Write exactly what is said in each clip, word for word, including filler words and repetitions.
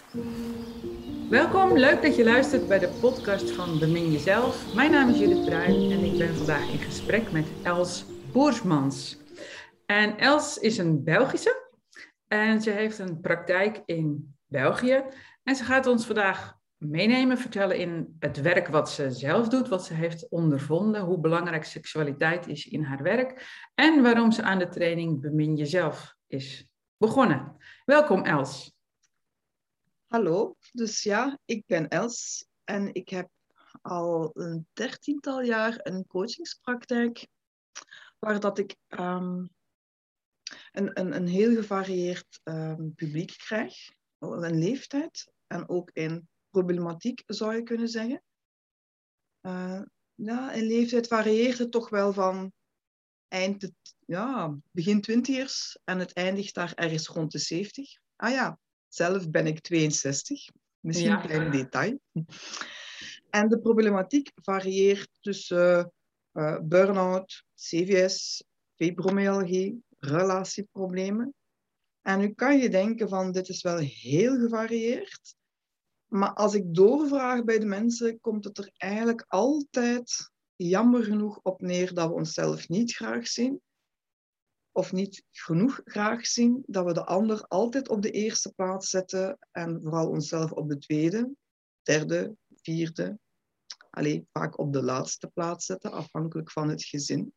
Welkom, leuk dat je luistert bij de podcast van Bemin Jezelf. Mijn naam is Judith Bruin en ik ben vandaag in gesprek met Els Boersmans. En Els is een Belgische en ze heeft een praktijk in België. En ze gaat ons vandaag meenemen, vertellen in het werk wat ze zelf doet, wat ze heeft ondervonden, hoe belangrijk seksualiteit is in haar werk en waarom ze aan de training Bemin Jezelf is begonnen. Welkom Els. Hallo, dus ja, ik ben Els en ik heb al een dertiental jaar een coachingspraktijk waar dat ik um, een, een, een heel gevarieerd um, publiek krijg, een leeftijd en ook in problematiek zou je kunnen zeggen. Uh, ja, in leeftijd varieert het toch wel van eind het, ja, begin twintigers en het eindigt daar ergens rond de zeventig. Ah ja, zelf ben ik tweeënzestig. Misschien Ja. een klein detail. En de problematiek varieert tussen uh, burn-out, C V S, fibromyalgie, relatieproblemen. En nu kan je denken van dit is wel heel gevarieerd. Maar als ik doorvraag bij de mensen, komt het er eigenlijk altijd jammer genoeg op neer dat we onszelf niet graag zien. Of niet genoeg graag zien, dat we de ander altijd op de eerste plaats zetten en vooral onszelf op de tweede, derde, vierde, allez, vaak op de laatste plaats zetten, afhankelijk van het gezin.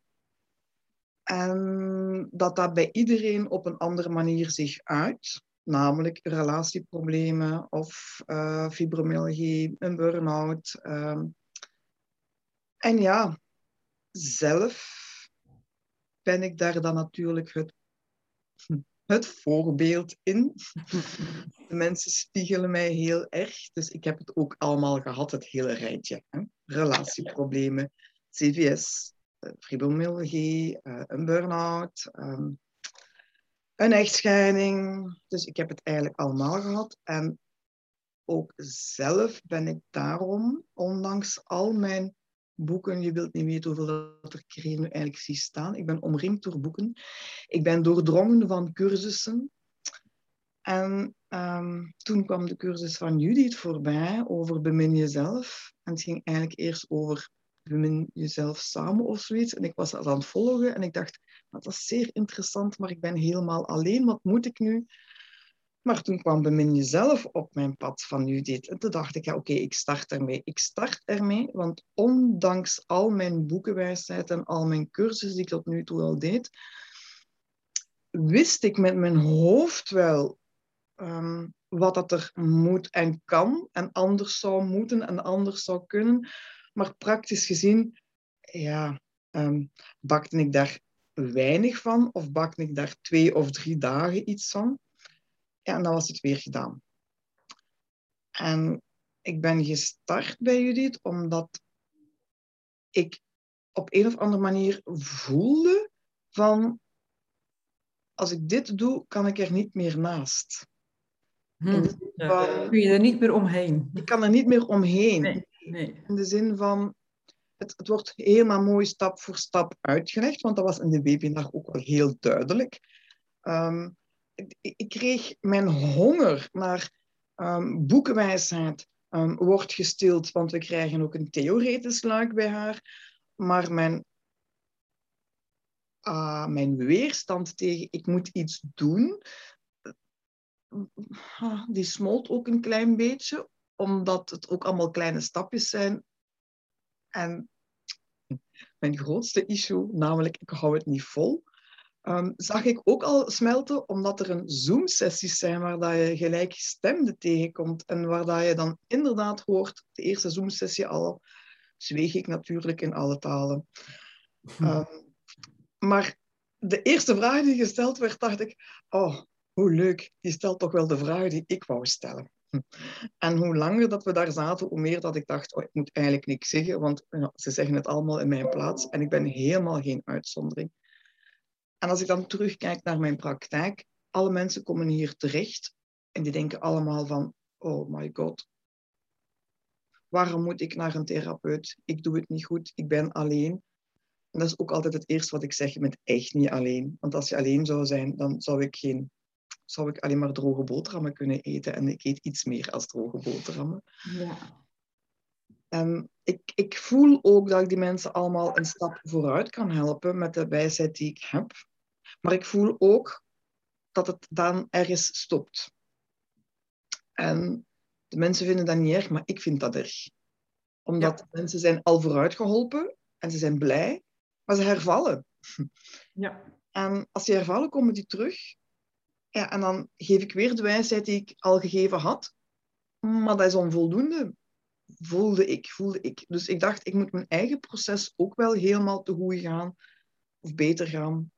En dat dat bij iedereen op een andere manier zich uit, namelijk relatieproblemen of uh, fibromyalgie, een burn-out. Uh, en ja, zelf ben ik daar dan natuurlijk het, het voorbeeld in. De mensen spiegelen mij heel erg, dus ik heb het ook allemaal gehad, het hele rijtje. Hè? Relatieproblemen, C V S, fibromyalgie, een burn-out, um, een echtscheiding. Dus ik heb het eigenlijk allemaal gehad. En ook zelf ben ik daarom, ondanks al mijn boeken, je wilt niet weten hoeveel dat ik er hier nu eigenlijk zie staan. Ik ben omringd door boeken. Ik ben doordrongen van cursussen. En um, toen kwam de cursus van Judith voorbij over bemin jezelf. En het ging eigenlijk eerst over bemin jezelf samen of zoiets. En ik was dat aan het volgen en ik dacht, dat is zeer interessant, maar ik ben helemaal alleen. Wat moet ik nu? Maar toen kwam bemin jezelf op mijn pad van Judith. En toen dacht ik, ja, oké, okay, ik start ermee. Ik start ermee, want ondanks al mijn boekenwijsheid en al mijn cursussen die ik tot nu toe al deed, wist ik met mijn hoofd wel um, wat dat er moet en kan en anders zou moeten en anders zou kunnen. Maar praktisch gezien, ja, um, bakte ik daar weinig van of bakte ik daar twee of drie dagen iets van. Ja, en dan was het weer gedaan. En ik ben gestart bij Judith omdat ik op een of andere manier voelde van als ik dit doe, kan ik er niet meer naast. Hmm. Ja. Van, kun je er niet meer omheen? Ik kan er niet meer omheen. Nee, nee. In de zin van, het, het wordt helemaal mooi stap voor stap uitgelegd, want dat was in de webinar ook wel heel duidelijk. Um, ik, ik kreeg mijn honger naar um, boekenwijsheid um, wordt gestild, want we krijgen ook een theoretisch luik bij haar. Maar mijn, uh, mijn weerstand tegen ik moet iets doen, uh, die smolt ook een klein beetje, omdat het ook allemaal kleine stapjes zijn. En mijn grootste issue, namelijk ik hou het niet vol, Um, zag ik ook al smelten, omdat er een Zoom-sessies zijn waar dat je gelijkgestemden tegenkomt en waar dat je dan inderdaad hoort, de eerste Zoom-sessie al, zweeg ik natuurlijk in alle talen. Um, maar de eerste vraag die gesteld werd, dacht ik, oh, hoe leuk, die stelt toch wel de vraag die ik wou stellen. En hoe langer dat we daar zaten, hoe meer dat ik dacht, oh, ik moet eigenlijk niks zeggen, want ja, ze zeggen het allemaal in mijn plaats en ik ben helemaal geen uitzondering. En als ik dan terugkijk naar mijn praktijk, alle mensen komen hier terecht en die denken allemaal van, oh my god, waarom moet ik naar een therapeut? Ik doe het niet goed, ik ben alleen. En dat is ook altijd het eerste wat ik zeg, je bent echt niet alleen. Want als je alleen zou zijn, dan zou ik geen zou ik alleen maar droge boterhammen kunnen eten. En ik eet iets meer als droge boterhammen. Ja. En ik, ik voel ook dat ik die mensen allemaal een stap vooruit kan helpen met de wijsheid die ik heb. Maar ik voel ook dat het dan ergens stopt. En de mensen vinden dat niet erg, maar ik vind dat erg. Omdat Ja. mensen zijn al vooruit geholpen en ze zijn blij, maar ze hervallen. Ja. En als die hervallen, komen die terug. Ja, en dan geef ik weer de wijsheid die ik al gegeven had. Maar dat is onvoldoende, voelde ik, voelde ik. Dus ik dacht, ik moet mijn eigen proces ook wel helemaal te goed gaan. Of beter gaan.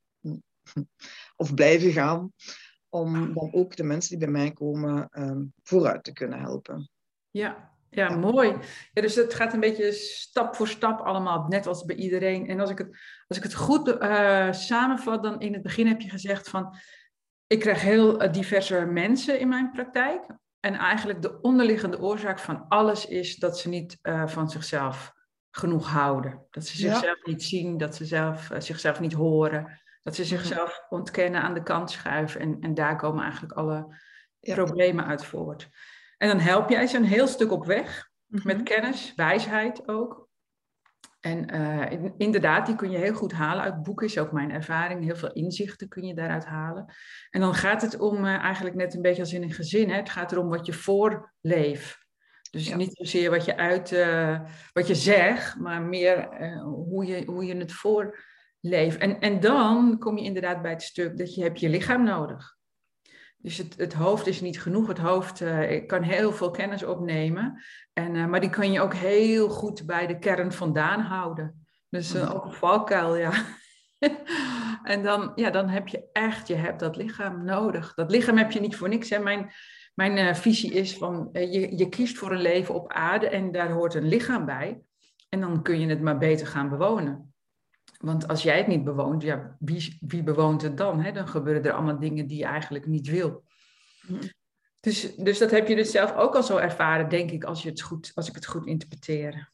Of blijven gaan. Om dan ook de mensen die bij mij komen um, vooruit te kunnen helpen. Ja. Ja, Ja. mooi. Ja, dus het gaat een beetje stap voor stap allemaal, net als bij iedereen. En als ik het, als ik het goed uh, samenvat, dan in het begin heb je gezegd van... Ik krijg heel uh, diverse mensen in mijn praktijk. En eigenlijk de onderliggende oorzaak van alles is dat ze niet uh, van zichzelf genoeg houden. Dat ze zichzelf ja. niet zien, dat ze zelf, uh, zichzelf niet horen. Dat ze zichzelf ontkennen, aan de kant schuiven. En, en daar komen eigenlijk alle ja. problemen uit voort. En dan help jij ze een heel stuk op weg. Mm-hmm. Met kennis, wijsheid ook. En uh, inderdaad, die kun je heel goed halen uit boeken, is ook mijn ervaring. Heel veel inzichten kun je daaruit halen. En dan gaat het om, uh, eigenlijk net een beetje als in een gezin, hè? Het gaat erom wat je voorleeft. Dus ja. niet zozeer wat je, uit, uh, wat je zegt, maar meer uh, hoe, je, hoe je het voorleeft. En, en dan kom je inderdaad bij het stuk dat je hebt je lichaam nodig. Dus het, het hoofd is niet genoeg. Het hoofd uh, kan heel veel kennis opnemen. En, uh, maar die kan je ook heel goed bij de kern vandaan houden. Dus uh, ook een valkuil, ja. En dan, ja, dan heb je echt, je hebt dat lichaam nodig. Dat lichaam heb je niet voor niks. Hè. Mijn, mijn uh, visie is van, uh, je, je kiest voor een leven op aarde en daar hoort een lichaam bij. En dan kun je het maar beter gaan bewonen. Want als jij het niet bewoont, ja, wie, wie bewoont het dan? Hè? Dan gebeuren er allemaal dingen die je eigenlijk niet wil. Mm. Dus, dus dat heb je dus zelf ook al zo ervaren, denk ik, als, je het goed, als ik het goed interpreteer.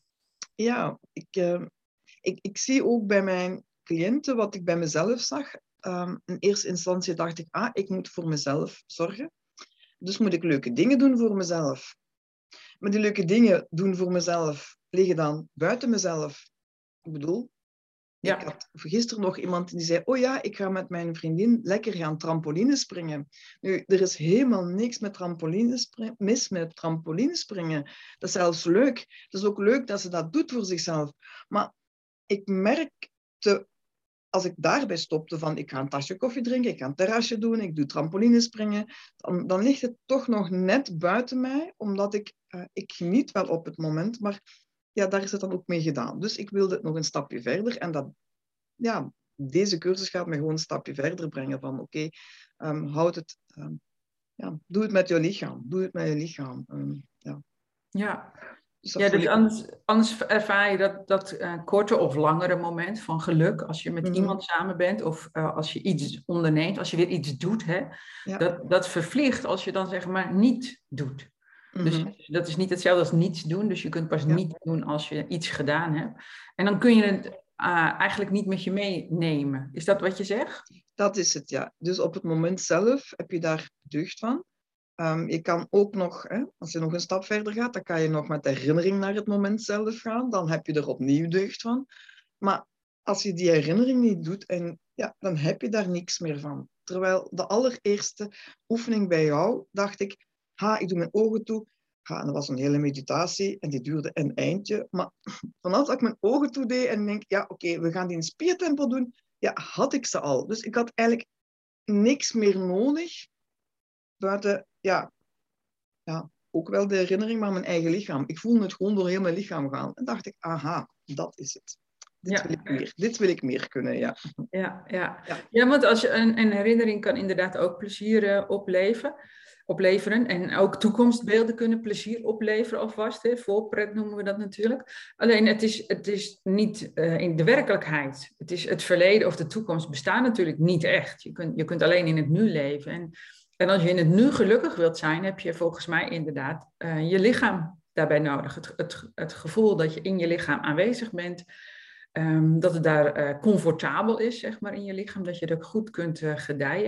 Ja, ik, uh, ik, ik zie ook bij mijn cliënten wat ik bij mezelf zag. Um, in eerste instantie dacht ik, ah, ik moet voor mezelf zorgen. Dus moet ik leuke dingen doen voor mezelf. Maar die leuke dingen doen voor mezelf liggen dan buiten mezelf. Ik bedoel... Ja. Ik had gisteren nog iemand die zei, oh ja, ik ga met mijn vriendin lekker gaan trampoline springen. Nu, er is helemaal niks met trampolinespringen, mis met trampolinespringen. Dat is zelfs leuk. Het is ook leuk dat ze dat doet voor zichzelf. Maar ik merkte, als ik daarbij stopte van, ik ga een tasje koffie drinken, ik ga een terrasje doen, ik doe trampolinespringen, dan, dan ligt het toch nog net buiten mij, omdat ik, uh, ik geniet wel op het moment, maar... Ja, daar is het dan ook mee gedaan. Dus ik wilde het nog een stapje verder. En dat, ja, deze cursus gaat me gewoon een stapje verder brengen. Van oké, okay, um, houd het, um, ja, doe het met je lichaam. Doe het met je lichaam. Um, ja. Ja, dus, ja, dus anders, anders ervaar je dat, dat uh, korte of langere moment van geluk. Als je met mm-hmm. iemand samen bent of uh, als je iets onderneemt. Als je weer iets doet. Hè, ja. dat, dat vervliegt als je dan zeg maar niet doet. Dus mm-hmm. dat is niet hetzelfde als niets doen. Dus je kunt pas ja. niet doen als je iets gedaan hebt. En dan kun je het uh, eigenlijk niet met je meenemen. Is dat wat je zegt? Dat is het, ja. Dus op het moment zelf heb je daar deugd van. Um, je kan ook nog, hè, als je nog een stap verder gaat, dan kan je nog met herinnering naar het moment zelf gaan. Dan heb je er opnieuw deugd van. Maar als je die herinnering niet doet, en, ja, dan heb je daar niks meer van. Terwijl de allereerste oefening bij jou, dacht ik, ha, ik doe mijn ogen toe. Ha, en dat was een hele meditatie en die duurde een eindje. Maar vanaf dat ik mijn ogen toe deed en denk, ja, oké, okay, we gaan die in spiertempel doen, ja, had ik ze al. Dus ik had eigenlijk niks meer nodig buiten, ja, ja, ook wel de herinnering, maar mijn eigen lichaam. Ik voelde het gewoon door heel mijn lichaam gaan. En dacht ik, aha, dat is het. Dit, ja. wil ik meer. Dit wil ik meer kunnen, ja. Ja, ja. ja. ja want als je een, een herinnering kan inderdaad ook plezier uh, opleveren. opleveren. En ook toekomstbeelden kunnen plezier opleveren alvast. Hè. Voorpret noemen we dat natuurlijk. Alleen het is, het is niet uh, in de werkelijkheid. Het is het verleden of de toekomst bestaan natuurlijk niet echt. Je kunt, je kunt alleen in het nu leven. En, en als je in het nu gelukkig wilt zijn, heb je volgens mij inderdaad uh, je lichaam daarbij nodig. Het, het, het gevoel dat je in je lichaam aanwezig bent. Um, dat het daar uh, comfortabel is, zeg maar, in je lichaam. Dat je er goed kunt uh, gedijen.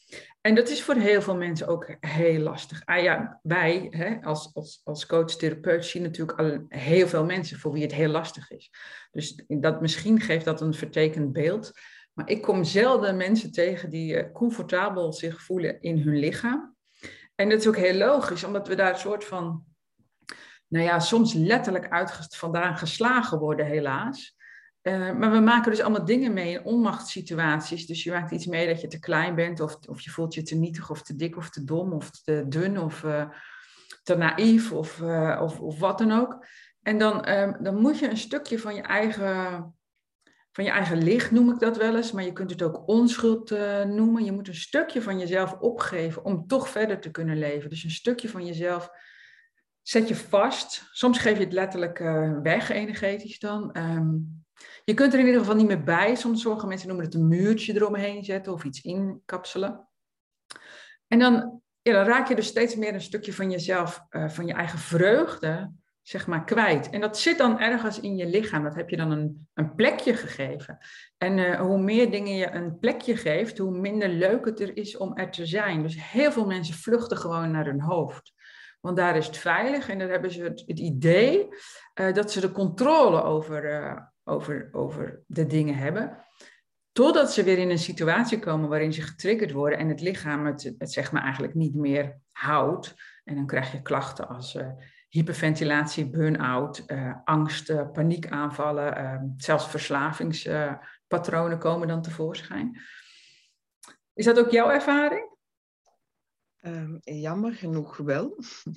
En dat is voor heel veel mensen ook heel lastig. Ah ja, wij hè, als, als, als coach-therapeut zien natuurlijk al heel veel mensen voor wie het heel lastig is. Dus dat, misschien geeft dat een vertekend beeld. Maar ik kom zelden mensen tegen die uh, comfortabel zich voelen in hun lichaam. En dat is ook heel logisch, omdat we daar een soort van, nou ja, soms letterlijk uit vandaan geslagen worden, helaas. Uh, maar we maken dus allemaal dingen mee in onmachtssituaties. Dus je maakt iets mee dat je te klein bent, of, of je voelt je te nietig, of te dik, of te dom, of te dun, of uh, te naïef, of, uh, of, of wat dan ook. En dan, uh, dan moet je een stukje van je eigen, van je eigen licht, noem ik dat wel eens, maar je kunt het ook onschuld uh, noemen. Je moet een stukje van jezelf opgeven om toch verder te kunnen leven. Dus een stukje van jezelf zet je vast. Soms geef je het letterlijk uh, weg, energetisch dan. Um, je kunt er in ieder geval niet meer bij. Soms sommige mensen noemen het een muurtje eromheen zetten of iets inkapselen. En dan, ja, dan raak je dus steeds meer een stukje van jezelf, uh, van je eigen vreugde, zeg maar, kwijt. En dat zit dan ergens in je lichaam. Dat heb je dan een, een plekje gegeven. En uh, hoe meer dingen je een plekje geeft, hoe minder leuk het er is om er te zijn. Dus heel veel mensen vluchten gewoon naar hun hoofd. Want daar is het veilig en daar hebben ze het, het idee uh, dat ze de controle over, uh, over, over de dingen hebben. Totdat ze weer in een situatie komen waarin ze getriggerd worden en het lichaam het, het zeg maar eigenlijk niet meer houdt. En dan krijg je klachten als uh, hyperventilatie, burn-out, uh, angst, uh, paniekaanvallen, uh, zelfs verslavingspatronen uh, komen dan tevoorschijn. Is dat ook jouw ervaring? Um, jammer genoeg wel.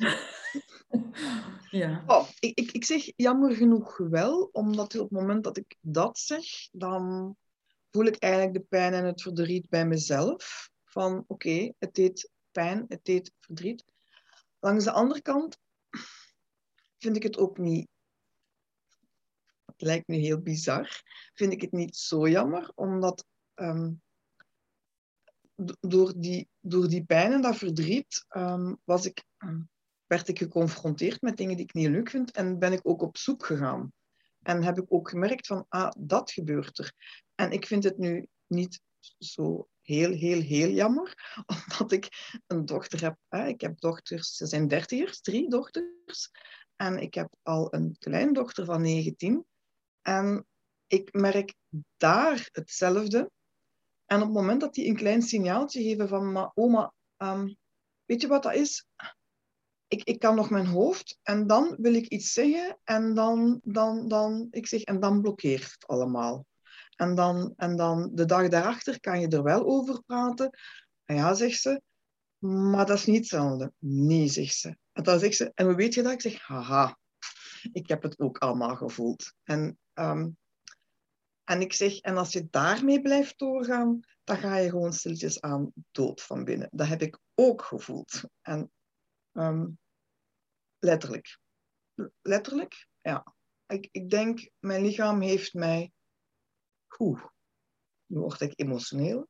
Ja. Oh, ik, ik, ik zeg jammer genoeg wel, omdat op het moment dat ik dat zeg, dan voel ik eigenlijk de pijn en het verdriet bij mezelf. Van oké, okay, het deed pijn, het deed verdriet. Langs de andere kant vind ik het ook niet, het lijkt nu heel bizar, vind ik het niet zo jammer, omdat um, door, die, door die pijn en dat verdriet um, was ik, um, werd ik geconfronteerd met dingen die ik niet leuk vind en ben ik ook op zoek gegaan. En heb ik ook gemerkt van, ah, dat gebeurt er. En ik vind het nu niet zo heel, heel, heel jammer, omdat ik een dochter heb. Hè. Ik heb dochters, ze zijn dertigers, drie dochters. En ik heb al een kleindochter van negentien. En ik merk daar hetzelfde. En op het moment dat die een klein signaaltje geven van, maar oma, um, weet je wat dat is? Ik, ik kan nog mijn hoofd en dan wil ik iets zeggen en dan, dan, dan, ik zeg, en dan blokkeert het allemaal. En dan, en dan de dag daarachter kan je er wel over praten. En ja, zegt ze, maar dat is niet hetzelfde. Nee, zegt ze. En dan zegt ze, en hoe weet je dat? Ik zeg, haha, ik heb het ook allemaal gevoeld. En, um, en ik zeg, en als je daarmee blijft doorgaan, dan ga je gewoon stilletjes aan dood van binnen. Dat heb ik ook gevoeld. En um, letterlijk. Letterlijk, ja. Ik, ik denk, mijn lichaam heeft mij... Oeh, nu word ik emotioneel.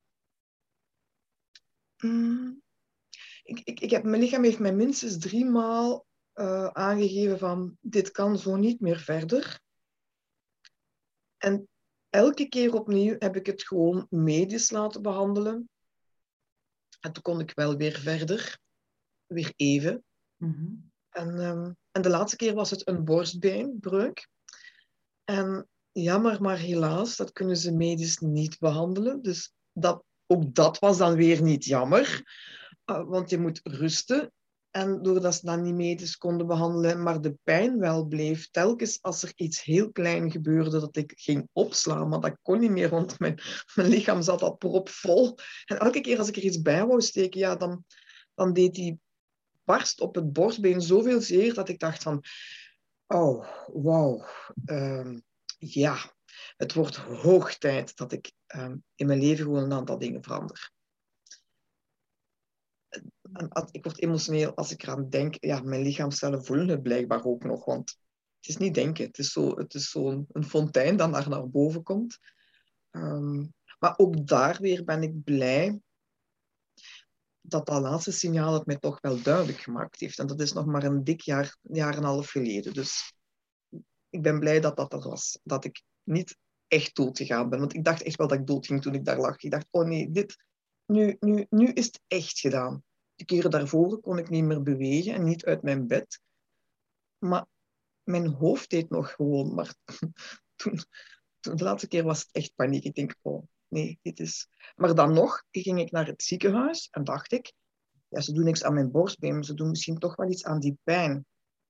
Mm. Ik, ik, ik heb, mijn lichaam heeft mij minstens drie maal uh, aangegeven van, dit kan zo niet meer verder. En elke keer opnieuw heb ik het gewoon medisch laten behandelen. En toen kon ik wel weer verder. Weer even. Mm-hmm. En, um, en de laatste keer was het een borstbeenbreuk. En jammer, maar helaas, dat kunnen ze medisch niet behandelen. Dus dat, ook dat was dan weer niet jammer. Uh, want je moet rusten. En doordat ze dat niet medisch konden behandelen, maar de pijn wel bleef, telkens als er iets heel klein gebeurde, dat ik ging opslaan, maar dat kon niet meer, want mijn, mijn lichaam zat al propvol. En elke keer als ik er iets bij wou steken, ja, dan, dan deed die barst op het borstbeen zoveel zeer, dat ik dacht van, oh, wauw, um, ja, het wordt hoog tijd dat ik um, in mijn leven gewoon een aantal dingen verander. En ik word emotioneel als ik eraan denk. Ja, mijn lichaamcellen voelen het blijkbaar ook nog, want het is niet denken. Het is zo'n zo, zo een, een fontein dat naar, naar boven komt. Um, maar ook daar weer ben ik blij dat dat laatste signaal het mij toch wel duidelijk gemaakt heeft. En dat is nog maar een dik jaar, jaar en een half geleden. Dus ik ben blij dat dat er was. Dat ik niet echt dood gegaan ben. Want ik dacht echt wel dat ik dood ging toen ik daar lag. Ik dacht, oh nee, dit, nu, nu, nu is het echt gedaan. De keren daarvoor kon ik niet meer bewegen en niet uit mijn bed. Maar mijn hoofd deed nog gewoon. Maar toen, toen, de laatste keer was het echt paniek. Ik denk, oh nee, dit is... Maar dan nog ging ik naar het ziekenhuis en dacht ik, ja, ze doen niks aan mijn borstbeen, maar ze doen misschien toch wel iets aan die pijn.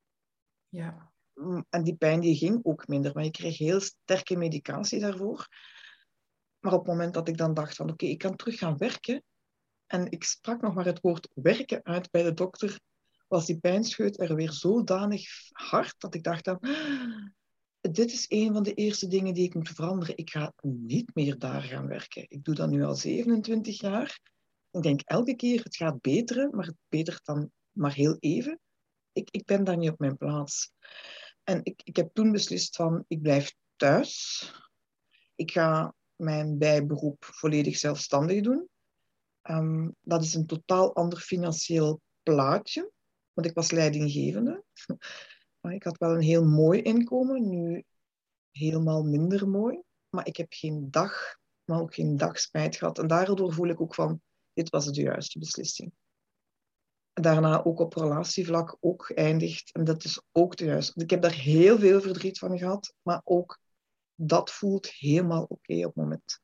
Ja. En die pijn die ging ook minder, maar ik kreeg heel sterke medicatie daarvoor. Maar op het moment dat ik dan dacht van, oké, okay, ik kan terug gaan werken, en ik sprak nog maar het woord werken uit bij de dokter, was die pijnscheut er weer zodanig hard dat ik dacht dan, dit is een van de eerste dingen die ik moet veranderen. Ik ga niet meer daar gaan werken. Ik doe dat nu al zevenentwintig jaar. Ik denk elke keer, het gaat beteren, maar het betert dan maar heel even. Ik, ik ben daar niet op mijn plaats. En ik, ik heb toen beslist van, ik blijf thuis. Ik ga mijn bijberoep volledig zelfstandig doen. Um, dat is een totaal ander financieel plaatje, want ik was leidinggevende. Ik had wel een heel mooi inkomen, nu helemaal minder mooi. Maar ik heb geen dag, maar ook geen dag spijt gehad. En daardoor voel ik ook van, dit was de juiste beslissing. Daarna ook op relatievlak ook geëindigd. En dat is ook de juiste. Ik heb daar heel veel verdriet van gehad, maar ook dat voelt helemaal oké okay op het moment.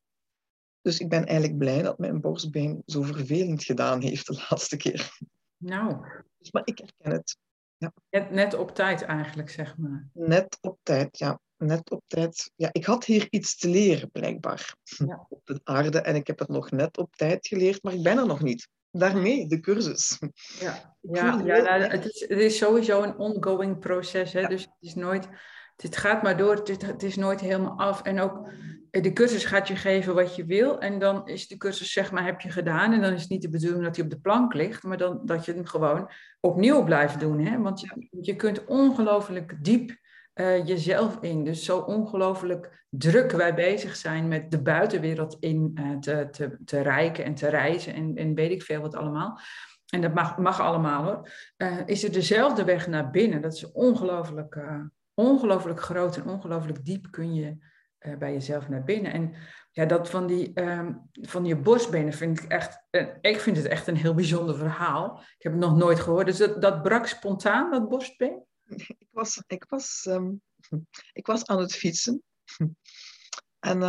Dus ik ben eigenlijk blij dat mijn borstbeen zo vervelend gedaan heeft de laatste keer. Nou. Dus, maar ik herken het. Ja. Net, net op tijd eigenlijk, zeg maar. Net op tijd, ja. Net op tijd. Ja, ik had hier iets te leren, blijkbaar. Ja. Op de aarde. En ik heb het nog net op tijd geleerd, maar ik ben er nog niet. Daarmee, de cursus. Ja, ja, ja nou, het, is, het is sowieso een ongoing proces. Hè? Ja. Dus het is nooit... Het gaat maar door, het, het is nooit helemaal af. En ook de cursus gaat je geven wat je wil. En dan is de cursus, zeg maar, heb je gedaan. En dan is het niet de bedoeling dat hij op de plank ligt. Maar dan, dat je hem gewoon opnieuw blijft doen. Hè? Want je, je kunt ongelooflijk diep uh, jezelf in. Dus zo ongelooflijk druk wij bezig zijn met de buitenwereld in uh, te, te, te reiken en te reizen. En, en weet ik veel wat allemaal. En dat mag, mag allemaal hoor. Uh, is er dezelfde weg naar binnen. Dat is ongelooflijk... Uh, Ongelooflijk groot en ongelooflijk diep kun je uh, bij jezelf naar binnen. En ja, dat van die um, van je borstbenen vind ik echt... Uh, ik vind het echt een heel bijzonder verhaal. Ik heb het nog nooit gehoord. Dus dat, dat brak spontaan, dat borstbeen? Ik was, ik was, um, ik was aan het fietsen. En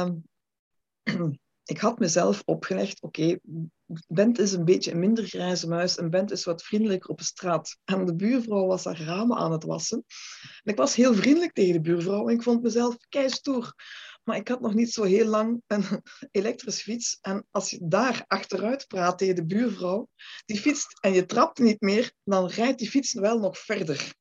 um, ik had mezelf opgelegd, oké, okay, Bent is een beetje een minder grijze muis en Bent is wat vriendelijker op de straat. En de buurvrouw was haar ramen aan het wassen. En ik was heel vriendelijk tegen de buurvrouw en ik vond mezelf keistoer. Maar ik had nog niet zo heel lang een elektrische fiets. En als je daar achteruit praat tegen de buurvrouw, die fietst en je trapt niet meer, dan rijdt die fiets wel nog verder.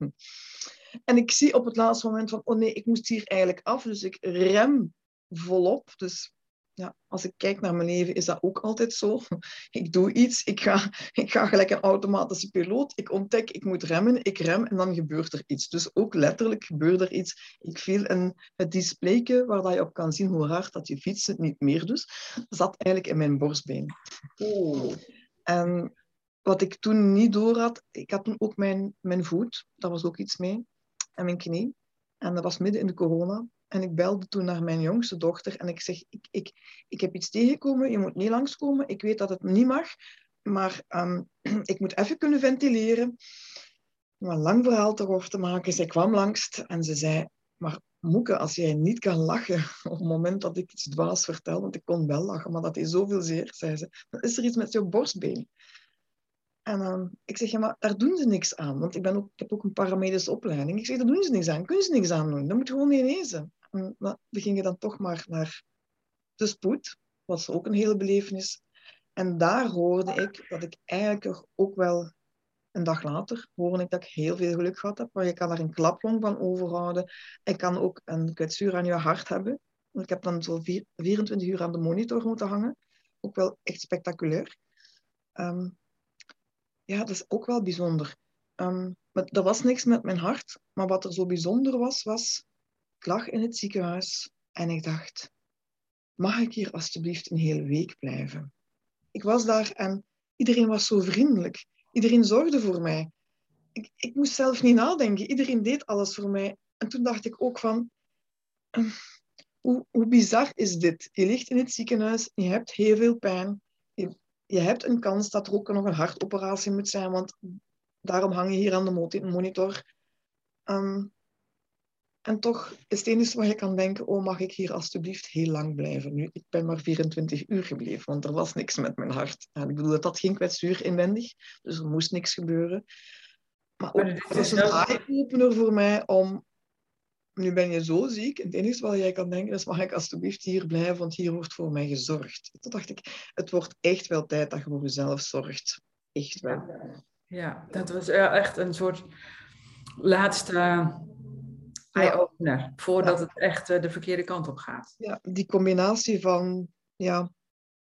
En ik zie op het laatste moment van, oh nee, ik moest hier eigenlijk af. Dus ik rem volop. Dus ja, als ik kijk naar mijn leven, is dat ook altijd zo. Ik doe iets, ik ga, ik ga gelijk een automatische piloot. Ik ontdek, ik moet remmen, ik rem en dan gebeurt er iets. Dus ook letterlijk gebeurde er iets. Ik viel in het displayke waar dat je op kan zien hoe hard dat je fietsen niet meer doet. Dat zat eigenlijk in mijn borstbeen. Oh. En wat ik toen niet door had, ik had toen ook mijn, mijn voet, daar was ook iets mee, en mijn knie. En dat was midden in de corona. En ik belde toen naar mijn jongste dochter en ik zeg, ik, ik, ik heb iets tegengekomen, je moet niet langskomen. Ik weet dat het niet mag, maar um, ik moet even kunnen ventileren. Om een lang verhaal toch te maken, zij kwam langs en ze zei, maar Moeke, als jij niet kan lachen op het moment dat ik iets dwaas vertel, want ik kon wel lachen, maar dat is zoveel zeer, zei ze, dan is er iets met jouw borstbeen. En um, ik zeg, ja, maar daar doen ze niks aan, want ik, ben ook, ik heb ook een paramedische opleiding. Ik zeg, daar doen ze niks aan, kunnen ze niks aan doen, dat moet gewoon niet lezen. En, nou, we gingen dan toch maar naar de spoed, was ook een hele belevenis. En daar hoorde ik dat ik eigenlijk ook wel, een dag later, hoorde ik dat ik heel veel geluk gehad heb, maar je kan er een klaplong van overhouden. Ik kan ook een kwetsuur aan je hart hebben. Ik heb dan zo vier, vierentwintig uur aan de monitor moeten hangen. Ook wel echt spectaculair. Um, ja, dat is ook wel bijzonder. Um, maar er was niks met mijn hart, maar wat er zo bijzonder was, was... Ik lag in het ziekenhuis en ik dacht, mag ik hier alstublieft een hele week blijven? Ik was daar en iedereen was zo vriendelijk. Iedereen zorgde voor mij. Ik, ik moest zelf niet nadenken. Iedereen deed alles voor mij. En toen dacht ik ook van, uh, hoe, hoe bizar is dit? Je ligt in het ziekenhuis, je hebt heel veel pijn. je, je hebt een kans dat er ook nog een hartoperatie moet zijn, want daarom hang je hier aan de monitor. Um, en toch is het enige wat je kan denken, oh, mag ik hier alstublieft heel lang blijven? Nu, ik ben maar vierentwintig uur gebleven, want er was niks met mijn hart. En ik bedoel, dat had geen kwetsuur inwendig, dus er moest niks gebeuren. Maar ook, Maar dat is een eye-opener voor mij om, nu ben je zo ziek, en het enige wat jij kan denken is, mag ik alstublieft hier blijven, want hier wordt voor mij gezorgd. Toen dacht ik, het wordt echt wel tijd dat je voor jezelf zorgt. Echt wel. Ja, ja, dat was echt een soort laatste eye-opener, ja. Voordat ja. het echt de verkeerde kant op gaat. Ja, die combinatie van, ja,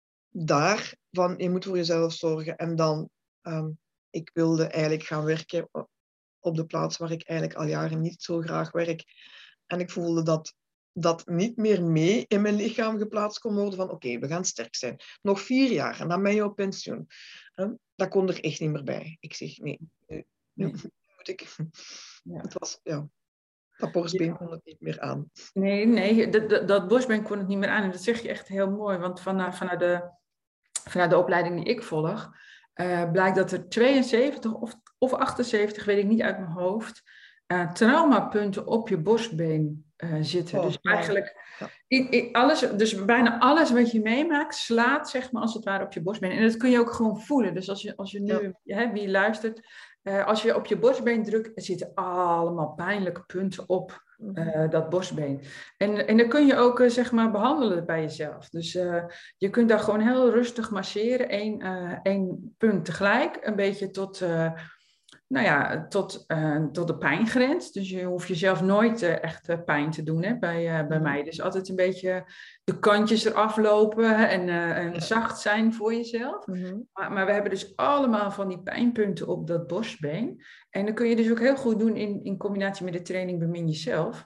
daar, van je moet voor jezelf zorgen, en dan, um, ik wilde eigenlijk gaan werken op de plaats waar ik eigenlijk al jaren niet zo graag werk. En ik voelde dat dat niet meer mee in mijn lichaam geplaatst kon worden van oké, okay, we gaan sterk zijn. Nog vier jaar en dan ben je op pensioen. Dat kon er echt niet meer bij. Ik zeg nee, nu, nu moet ik. Ja. Het was, ja, dat borstbeen ja. kon het niet meer aan. Nee, nee, dat, dat, dat borstbeen kon het niet meer aan. En dat zeg je echt heel mooi, want vanuit, vanuit, de, vanuit de opleiding die ik volg, uh, blijkt dat er tweeënzeventig of, of achtenzeventig, weet ik niet uit mijn hoofd, uh, traumapunten op je borstbeen uh, zitten. Oh, dus eigenlijk, ja. in, in alles, dus bijna alles wat je meemaakt, slaat zeg maar als het ware op je borstbeen. En dat kun je ook gewoon voelen. Dus als je, als je nu, ja. hè, wie luistert, uh, als je op je borstbeen drukt, er zitten allemaal pijnlijke punten op uh, dat borstbeen. En, en dan kun je ook uh, zeg maar behandelen bij jezelf. Dus uh, je kunt daar gewoon heel rustig masseren, één, uh, één punt tegelijk, een beetje tot... Uh, Nou ja, tot, uh, tot de pijngrens. Dus je hoeft jezelf nooit uh, echt uh, pijn te doen hè, bij, uh, bij mij. Dus altijd een beetje de kantjes eraf lopen en, uh, en ja. zacht zijn voor jezelf. Mm-hmm. Maar, maar we hebben dus allemaal van die pijnpunten op dat borstbeen. En dat kun je dus ook heel goed doen in, in combinatie met de training Bemin Jezelf.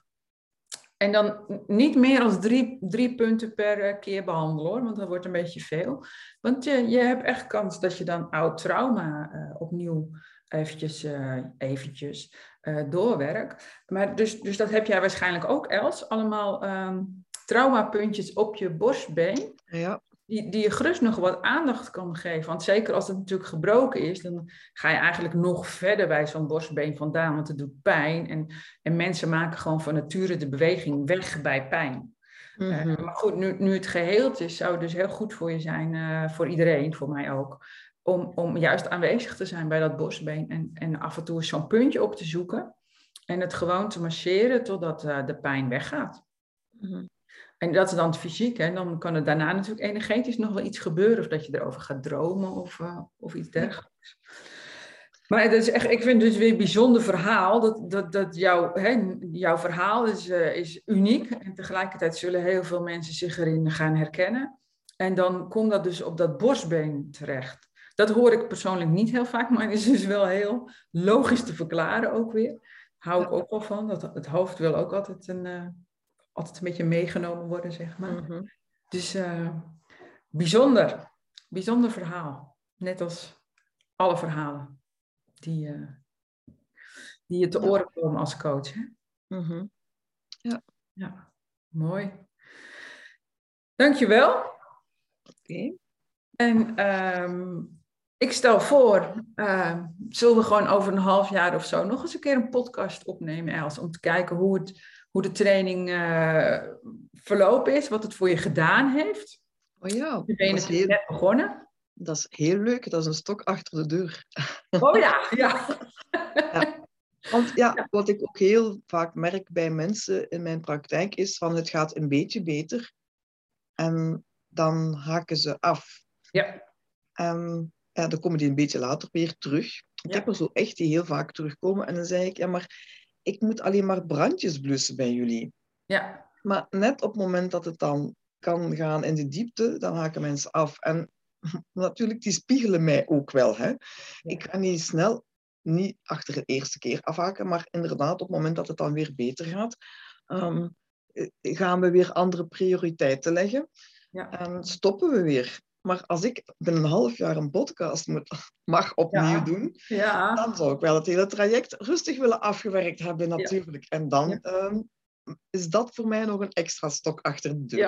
En dan niet meer dan drie, drie punten per keer behandelen hoor, want dat wordt een beetje veel. Want je, je hebt echt kans dat je dan oud trauma uh, opnieuw eventjes, uh, eventjes uh, doorwerkt. Maar dus, dus dat heb jij waarschijnlijk ook, Els. Allemaal um, traumapuntjes op je borstbeen. Ja. Die, die je gerust nog wat aandacht kan geven. Want zeker als het natuurlijk gebroken is, dan ga je eigenlijk nog verder bij zo'n borstbeen vandaan. Want het doet pijn. En, en mensen maken gewoon van nature de beweging weg bij pijn. Mm-hmm. Uh, maar goed, nu, nu het geheeld is, zou het dus heel goed voor je zijn. Uh, voor iedereen, voor mij ook. Om, om juist aanwezig te zijn bij dat borstbeen. En, en af en toe eens zo'n puntje op te zoeken. En het gewoon te masseren totdat uh, de pijn weggaat. Mm-hmm. En dat is dan het fysiek. En dan kan er daarna natuurlijk energetisch nog wel iets gebeuren. Of dat je erover gaat dromen of, uh, of iets dergelijks. Maar het is echt, ik vind het dus weer een bijzonder verhaal. Dat, dat, dat jouw, hè, jouw verhaal is, uh, is uniek. En tegelijkertijd zullen heel veel mensen zich erin gaan herkennen. En dan komt dat dus op dat borstbeen terecht. Dat hoor ik persoonlijk niet heel vaak. Maar het is dus wel heel logisch te verklaren ook weer. Hou ik ook wel van. Dat, het hoofd wil ook altijd een... Uh, altijd een beetje meegenomen worden, zeg maar. Mm-hmm. Dus uh, bijzonder. Bijzonder verhaal. Net als alle verhalen die, uh, die je te ja. oren komen als coach. Hè? Mm-hmm. Ja. Ja, mooi. Dankjewel. Oké. Okay. En um, ik stel voor, uh, zullen we gewoon over een half jaar of zo nog eens een keer een podcast opnemen, Els, om te kijken hoe het... hoe de training uh, verlopen is, wat het voor je gedaan heeft. Oh ja, je bent heel... net begonnen. Dat is heel leuk, dat is een stok achter de deur. Oh ja, ja. ja. Want ja, wat ik ook heel vaak merk bij mensen in mijn praktijk is van het gaat een beetje beter en dan haken ze af. Ja. En ja, dan komen die een beetje later weer terug. Ik ja. heb er zo echt die heel vaak terugkomen en dan zeg ik, ja maar ik moet alleen maar brandjes blussen bij jullie. Ja. Maar net op het moment dat het dan kan gaan in de diepte, dan haken mensen af. En natuurlijk, die spiegelen mij ook wel. Hè? Ja. Ik ga niet snel, niet achter de eerste keer afhaken, maar inderdaad, op het moment dat het dan weer beter gaat, um, gaan we weer andere prioriteiten leggen. Ja. En stoppen we weer. Maar als ik binnen een half jaar een podcast moet, mag opnieuw ja. doen, ja. dan zou ik wel het hele traject rustig willen afgewerkt hebben natuurlijk. Ja. En dan ja. um, is dat voor mij nog een extra stok achter de deur. Ja. Ja.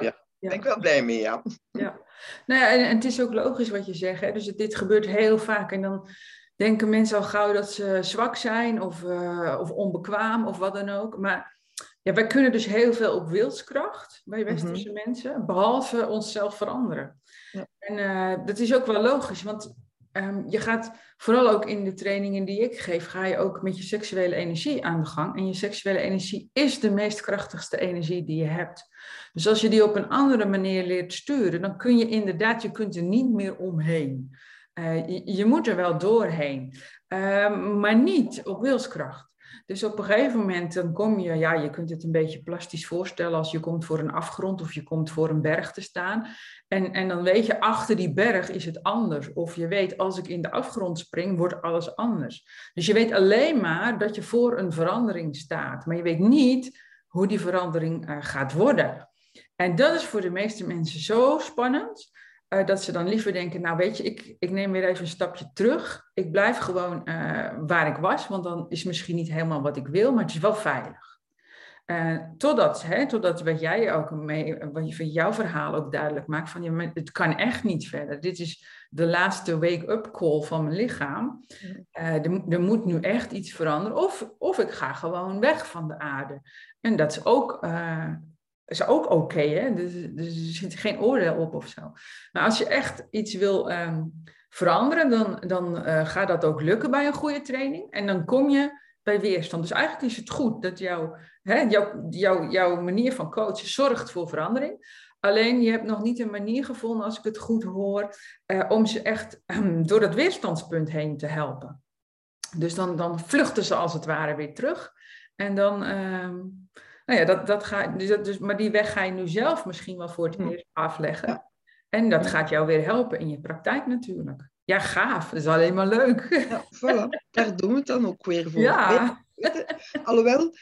Daar ben ik wel blij mee, ja. Ja, nou ja, en, en het is ook logisch wat je zegt. Hè? Dus het, dit gebeurt heel vaak. En dan denken mensen al gauw dat ze zwak zijn of, uh, of onbekwaam of wat dan ook. Maar ja, wij kunnen dus heel veel op wilskracht bij westerse mm-hmm. mensen, behalve onszelf veranderen. Ja. En uh, dat is ook wel logisch, want um, je gaat vooral ook in de trainingen die ik geef, ga je ook met je seksuele energie aan de gang. En je seksuele energie is de meest krachtigste energie die je hebt. Dus als je die op een andere manier leert sturen, dan kun je inderdaad, je kunt er niet meer omheen. Uh, je, je moet er wel doorheen, uh, maar niet op wilskracht. Dus op een gegeven moment dan kom je, ja, je kunt het een beetje plastisch voorstellen als je komt voor een afgrond of je komt voor een berg te staan. En, en dan weet je, achter die berg is het anders. Of je weet, als ik in de afgrond spring, wordt alles anders. Dus je weet alleen maar dat je voor een verandering staat. Maar je weet niet hoe die verandering uh, gaat worden. En dat is voor de meeste mensen zo spannend. Uh, dat ze dan liever denken, nou weet je, ik, ik neem weer even een stapje terug. Ik blijf gewoon uh, waar ik was, want dan is misschien niet helemaal wat ik wil, maar het is wel veilig. Uh, totdat, hè, totdat wat jij ook mee, wat je van jouw verhaal ook duidelijk maakt, van ja, het kan echt niet verder. Dit is de laatste wake-up call van mijn lichaam. Uh, er, er moet nu echt iets veranderen. Of, of ik ga gewoon weg van de aarde. En dat is ook... Uh, Dat is ook oké, okay, hè? Dus, dus er zit geen oordeel op of zo. Maar als je echt iets wil um, veranderen, dan, dan uh, gaat dat ook lukken bij een goede training. En dan kom je bij weerstand. Dus eigenlijk is het goed dat jouw, hè, jouw, jouw, jouw manier van coachen zorgt voor verandering. Alleen je hebt nog niet een manier gevonden, als ik het goed hoor, uh, om ze echt um, door dat weerstandspunt heen te helpen. Dus dan, dan vluchten ze als het ware weer terug. En dan... Um, Nou ja, dat, dat ga, dus dat, dus, maar die weg ga je nu zelf misschien wel voor het eerst afleggen. Ja. En dat gaat jou weer helpen in je praktijk natuurlijk. Ja, gaaf. Dat is alleen maar leuk. Ja, voilà. Daar doen we het dan ook weer voor. Ja. Alhoewel,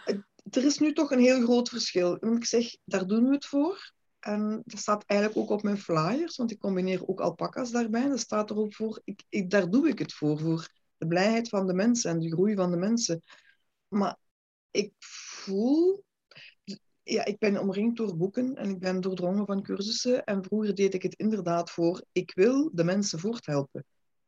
er is nu toch een heel groot verschil. Ik zeg, daar doen we het voor. En dat staat eigenlijk ook op mijn flyers, want ik combineer ook alpaca's daarbij. Dat staat er ook voor. Ik, ik, daar doe ik het voor, voor de blijheid van de mensen en de groei van de mensen. Maar ik voel... Ja, ik ben omringd door boeken en ik ben doordrongen van cursussen. En vroeger deed ik het inderdaad voor... Ik wil de mensen voorthelpen.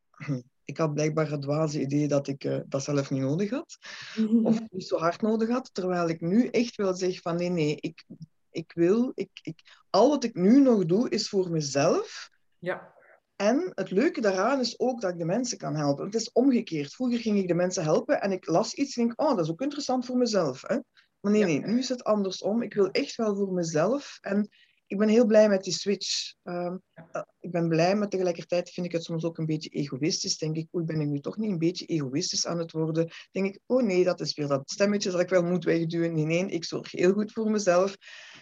Ik had blijkbaar het dwaze idee dat ik uh, dat zelf niet nodig had. Of niet zo hard nodig had. Terwijl ik nu echt wel zeg van... Nee, nee, ik, ik wil... Ik, ik, al wat ik nu nog doe, is voor mezelf. Ja. En het leuke daaraan is ook dat ik de mensen kan helpen. Het is omgekeerd. Vroeger ging ik de mensen helpen en ik las iets en denk, oh, dat is ook interessant voor mezelf. Hè? Maar nee, nee, nu is het andersom. Ik wil echt wel voor mezelf. En ik ben heel blij met die switch. Uh, uh, ik ben blij, maar tegelijkertijd vind ik het soms ook een beetje egoïstisch. Denk ik, oei, ben ik nu toch niet een beetje egoïstisch aan het worden? Denk ik, oh nee, dat is weer dat stemmetje dat ik wel moet wegduwen. Nee, nee, ik zorg heel goed voor mezelf.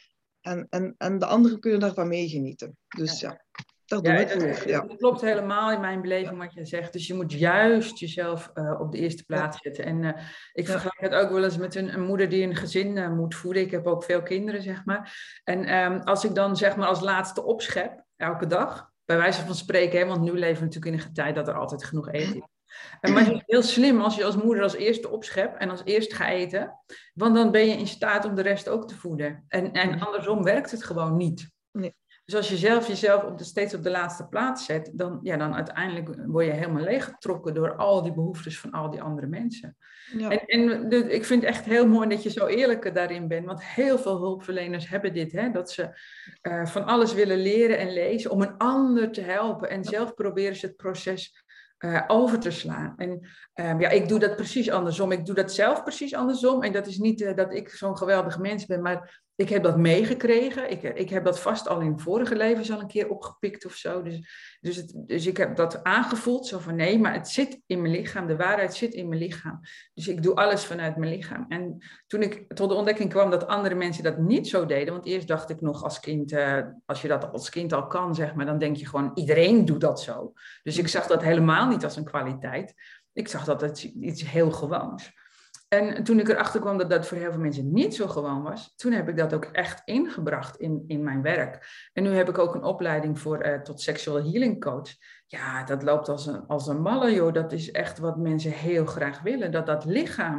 En, en, en de anderen kunnen daarvan meegenieten. Dus ja. Dat ja, het, ja. Het klopt helemaal in mijn beleving wat je zegt. Dus je moet juist jezelf uh, op de eerste plaats ja. zetten. En uh, ik ja. vergelijk het ook wel eens met een, een moeder die een gezin uh, moet voeden. Ik heb ook veel kinderen, zeg maar. En um, als ik dan zeg maar als laatste opschep, elke dag, bij wijze van spreken, hè, want nu leven we natuurlijk in een tijd dat er altijd genoeg eten is. Uh, maar het is heel slim als je als moeder als eerste opschept en als eerste gaat eten. Want dan ben je in staat om de rest ook te voeden. En, en andersom werkt het gewoon niet. Nee. Dus als je zelf jezelf op de, steeds op de laatste plaats zet, dan, ja, dan uiteindelijk word je helemaal leeggetrokken door al die behoeftes van al die andere mensen. Ja. En, en de, ik vind het echt heel mooi dat je zo eerlijk daarin bent, want heel veel hulpverleners hebben dit, hè, dat ze uh, van alles willen leren en lezen om een ander te helpen. En zelf proberen ze het proces uh, over te slaan. En uh, ja, ik doe dat precies andersom. Ik doe dat zelf precies andersom. En dat is niet uh, dat ik zo'n geweldig mens ben, maar ik heb dat meegekregen. Ik, ik heb dat vast al in vorige levens al een keer opgepikt of zo. Dus, dus, het, dus ik heb dat aangevoeld. Zo van nee, maar het zit in mijn lichaam. De waarheid zit in mijn lichaam. Dus ik doe alles vanuit mijn lichaam. En toen ik tot de ontdekking kwam dat andere mensen dat niet zo deden. Want eerst dacht ik nog als kind, uh, als je dat als kind al kan, zeg maar, dan denk je gewoon iedereen doet dat zo. Dus ik zag dat helemaal niet als een kwaliteit. Ik zag dat als iets heel gewoons. En toen ik erachter kwam dat dat voor heel veel mensen niet zo gewoon was, toen heb ik dat ook echt ingebracht in, in mijn werk. En nu heb ik ook een opleiding voor, uh, tot sexual healing coach. Ja, dat loopt als een, als een malle, joh. Dat is echt wat mensen heel graag willen. Dat dat lichaam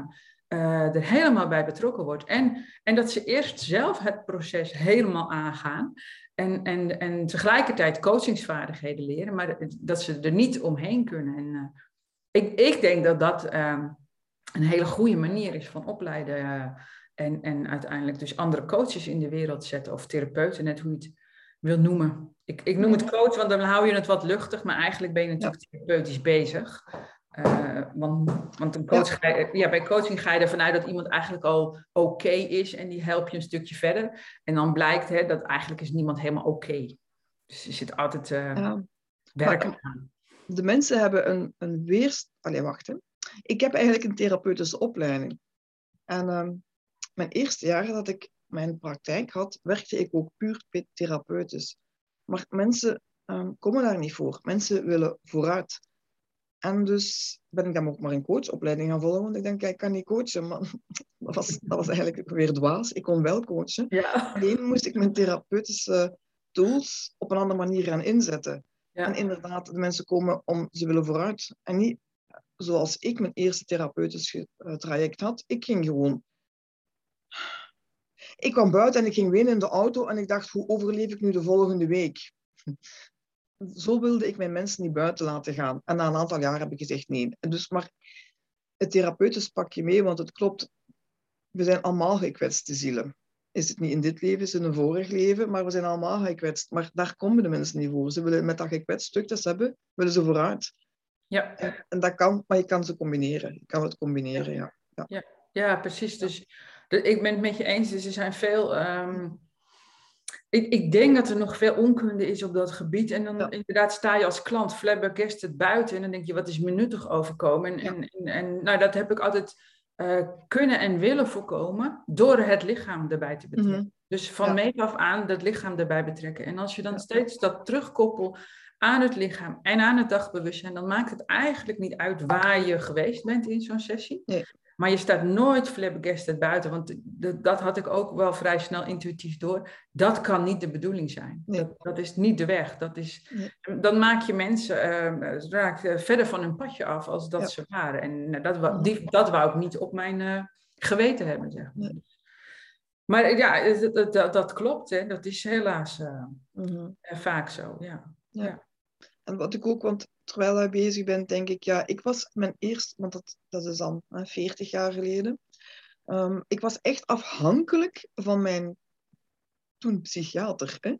uh, er helemaal bij betrokken wordt. En, en dat ze eerst zelf het proces helemaal aangaan. En, en, en tegelijkertijd coachingsvaardigheden leren. Maar dat ze er niet omheen kunnen. En uh, ik, ik denk dat dat uh, een hele goede manier is van opleiden. Uh, en, en uiteindelijk dus andere coaches in de wereld zetten. Of therapeuten, net hoe je het wil noemen. Ik, ik noem het coach, want dan hou je het wat luchtig. Maar eigenlijk ben je natuurlijk ja. therapeutisch bezig. Uh, want, want een coach ja. Ga je, ja, bij coaching ga je ervan uit dat iemand eigenlijk al oké okay is. En die help je een stukje verder. En dan blijkt hè, dat eigenlijk is niemand helemaal oké. Okay. Dus er zit altijd uh, ja. werk maar, aan. De mensen hebben een, een weerst... Allee, wacht hè. Ik heb eigenlijk een therapeutische opleiding. En um, mijn eerste jaar dat ik mijn praktijk had, werkte ik ook puur therapeutisch. Maar mensen um, komen daar niet voor. Mensen willen vooruit. En dus ben ik dan ook maar een coachopleiding gaan volgen, want ik denk, ik kan niet coachen. Maar dat was, dat was eigenlijk weer dwaas. Ik kon wel coachen. Ja. Alleen moest ik mijn therapeutische tools op een andere manier gaan inzetten. Ja. En inderdaad, de mensen komen om, ze willen vooruit. En niet zoals ik mijn eerste therapeutische traject had. Ik ging gewoon... Ik kwam buiten en ik ging wenen in de auto en ik dacht, hoe overleef ik nu de volgende week? Zo wilde ik mijn mensen niet buiten laten gaan. En na een aantal jaar heb ik gezegd nee. Dus maar het therapeutisch pak je mee, want het klopt. We zijn allemaal gekwetste zielen. Is het niet in dit leven, is het in een vorig leven, maar we zijn allemaal gekwetst. Maar daar komen de mensen niet voor. Ze willen met dat gekwetst stuk dat ze hebben, willen ze vooruit. Ja. En, en dat kan, maar je kan ze combineren. Je kan het combineren, ja. Ja, ja. ja precies. Dus de, ik ben het met je eens. Dus er zijn veel... Um... Ik, ik denk dat er nog veel onkunde is op dat gebied. En dan ja. inderdaad sta je als klant flabbergasted buiten. En dan denk je, wat is me nuttig overkomen? En, ja. en, en, en nou, dat heb ik altijd uh, kunnen en willen voorkomen. Door het lichaam erbij te betrekken. Mm-hmm. Dus van ja. meet af aan dat lichaam erbij betrekken. En als je dan ja. steeds dat terugkoppelt aan het lichaam en aan het dagbewustzijn. Dan maakt het eigenlijk niet uit waar je geweest bent in zo'n sessie. Nee. Maar je staat nooit flabbergasted buiten, want d- dat had ik ook wel vrij snel intuïtief door. Dat kan niet de bedoeling zijn. Nee. Dat, dat is niet de weg. Dat is, nee. Dan maak je mensen uh, raak, uh, verder van hun padje af als dat ja. ze waren. En uh, dat, wou, die, dat wou ik niet op mijn uh, geweten hebben, zeg maar. Nee. Maar ja, dat, dat, dat klopt. Hè. Dat is helaas uh, mm-hmm. uh, vaak zo. Ja. Ja. Ja. En wat ik ook, want terwijl ik bezig ben, denk ik, ja, ik was mijn eerste, want dat, dat is dan hè, veertig jaar geleden. Um, ik was echt afhankelijk van mijn toen psychiater. Hè?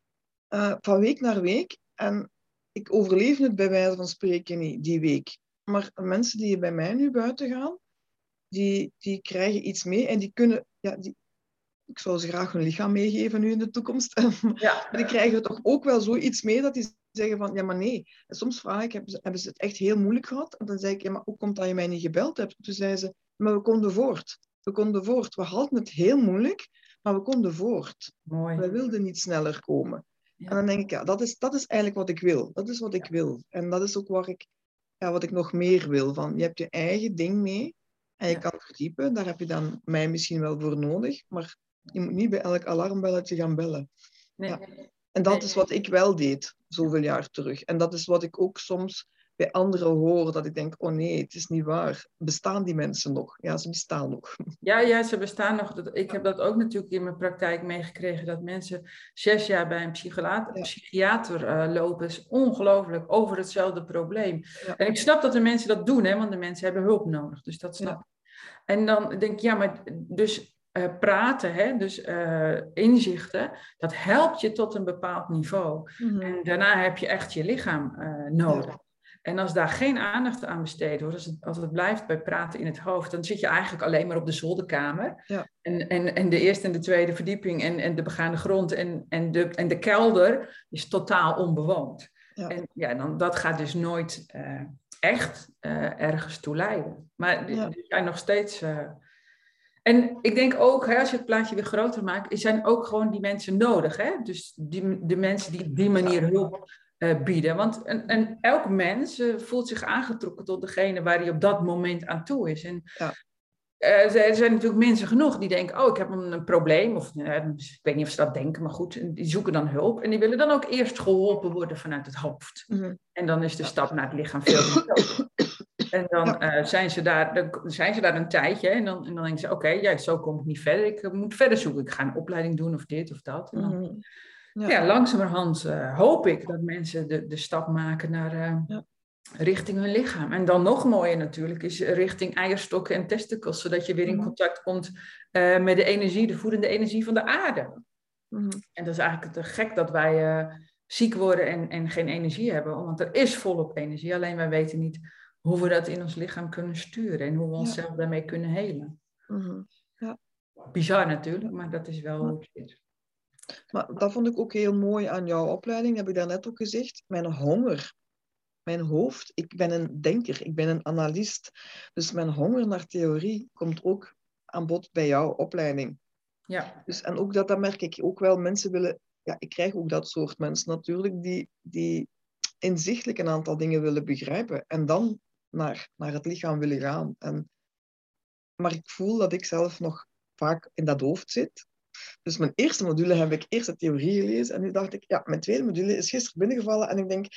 Uh, van week naar week. En ik overleefde het bij wijze van spreken niet, die week. Maar mensen die bij mij nu buiten gaan, die, die krijgen iets mee en die kunnen, ja, die, ik zou ze graag hun lichaam meegeven nu in de toekomst. Ja. Maar die krijgen toch ook wel zoiets mee dat die zeggen van, ja maar nee. En soms vraag ik, hebben ze, hebben ze het echt heel moeilijk gehad? En dan zeg ik, ja maar hoe komt dat je mij niet gebeld hebt? Toen zei ze, maar we konden voort. We konden voort. We hadden het heel moeilijk, maar we konden voort. Mooi. We wilden niet sneller komen. Ja. En dan denk ik, ja, dat is, dat is eigenlijk wat ik wil. Dat is wat ik ja. wil. En dat is ook waar ik, ja, wat ik nog meer wil. Van, je hebt je eigen ding mee en je ja. kan verdiepen. Daar heb je dan mij misschien wel voor nodig, maar je moet niet bij elk alarmbelletje gaan bellen. Nee. Ja. En dat is wat ik wel deed, zoveel jaar terug. En dat is wat ik ook soms bij anderen hoor, dat ik denk, oh nee, het is niet waar. Bestaan die mensen nog? Ja, ze bestaan nog. Ja, ja, ze bestaan nog. Ik heb dat ook natuurlijk in mijn praktijk meegekregen, dat mensen zes jaar bij een psychiater, ja. psychiater uh, lopen, is ongelooflijk, over hetzelfde probleem. Ja. En ik snap dat de mensen dat doen, hè, want de mensen hebben hulp nodig. Dus dat snap ik. Ja. En dan denk ik, ja, maar dus... Uh, praten, hè? Dus uh, inzichten, dat helpt je tot een bepaald niveau. Mm-hmm. En daarna heb je echt je lichaam uh, nodig. Ja. En als daar geen aandacht aan besteed wordt, als het, als het blijft bij praten in het hoofd, dan zit je eigenlijk alleen maar op de zolderkamer. Ja. En, en, en de eerste en de tweede verdieping en, en de begaande grond en, en, de, en de kelder is totaal onbewoond. Ja. En ja, dan, dat gaat dus nooit uh, echt uh, ergens toe leiden. Maar ja. er zijn nog steeds... Uh, En ik denk ook, hè, als je het plaatje weer groter maakt, er zijn ook gewoon die mensen nodig. Hè? Dus die, de mensen die op die manier hulp uh, bieden. Want en, en elk mens uh, voelt zich aangetrokken tot degene waar hij op dat moment aan toe is. En ja. uh, er zijn natuurlijk mensen genoeg die denken, oh, ik heb een, een probleem. Of uh, ik weet niet of ze dat denken, maar goed, die zoeken dan hulp. En die willen dan ook eerst geholpen worden vanuit het hoofd. Mm-hmm. En dan is de stap naar het lichaam veel te groot. En dan, Ja. uh, zijn, ze daar, dan zijn ze daar een tijdje en dan, en dan denken ze, oké, okay, ja, zo kom ik niet verder. Ik moet verder zoeken. Ik ga een opleiding doen of dit of dat. En dan, Mm-hmm. ja. ja, langzamerhand uh, hoop ik dat mensen de, de stap maken naar uh, ja. richting hun lichaam. En dan nog mooier natuurlijk is richting eierstokken en testikels, zodat je weer in contact komt uh, met de energie, de voedende energie van de aarde. Mm-hmm. En dat is eigenlijk te gek dat wij uh, ziek worden en, en geen energie hebben, want er is volop energie, alleen wij weten niet hoe we dat in ons lichaam kunnen sturen en hoe we onszelf ja. daarmee kunnen helen. Mm-hmm. Ja. Bizar natuurlijk, maar dat is wel hoe het is. Maar dat vond ik ook heel mooi aan jouw opleiding, heb ik daarnet ook gezegd. Mijn honger, mijn hoofd, ik ben een denker, ik ben een analist. Dus mijn honger naar theorie komt ook aan bod bij jouw opleiding. Ja. Dus, en ook dat, dat merk ik ook wel, mensen willen, ja, ik krijg ook dat soort mensen natuurlijk, die, die inzichtelijk een aantal dingen willen begrijpen en dan naar, naar het lichaam willen gaan. En, maar ik voel dat ik zelf nog vaak in dat hoofd zit. Dus mijn eerste module heb ik eerst de theorie gelezen en nu dacht ik, ja, mijn tweede module is gisteren binnengevallen en ik denk,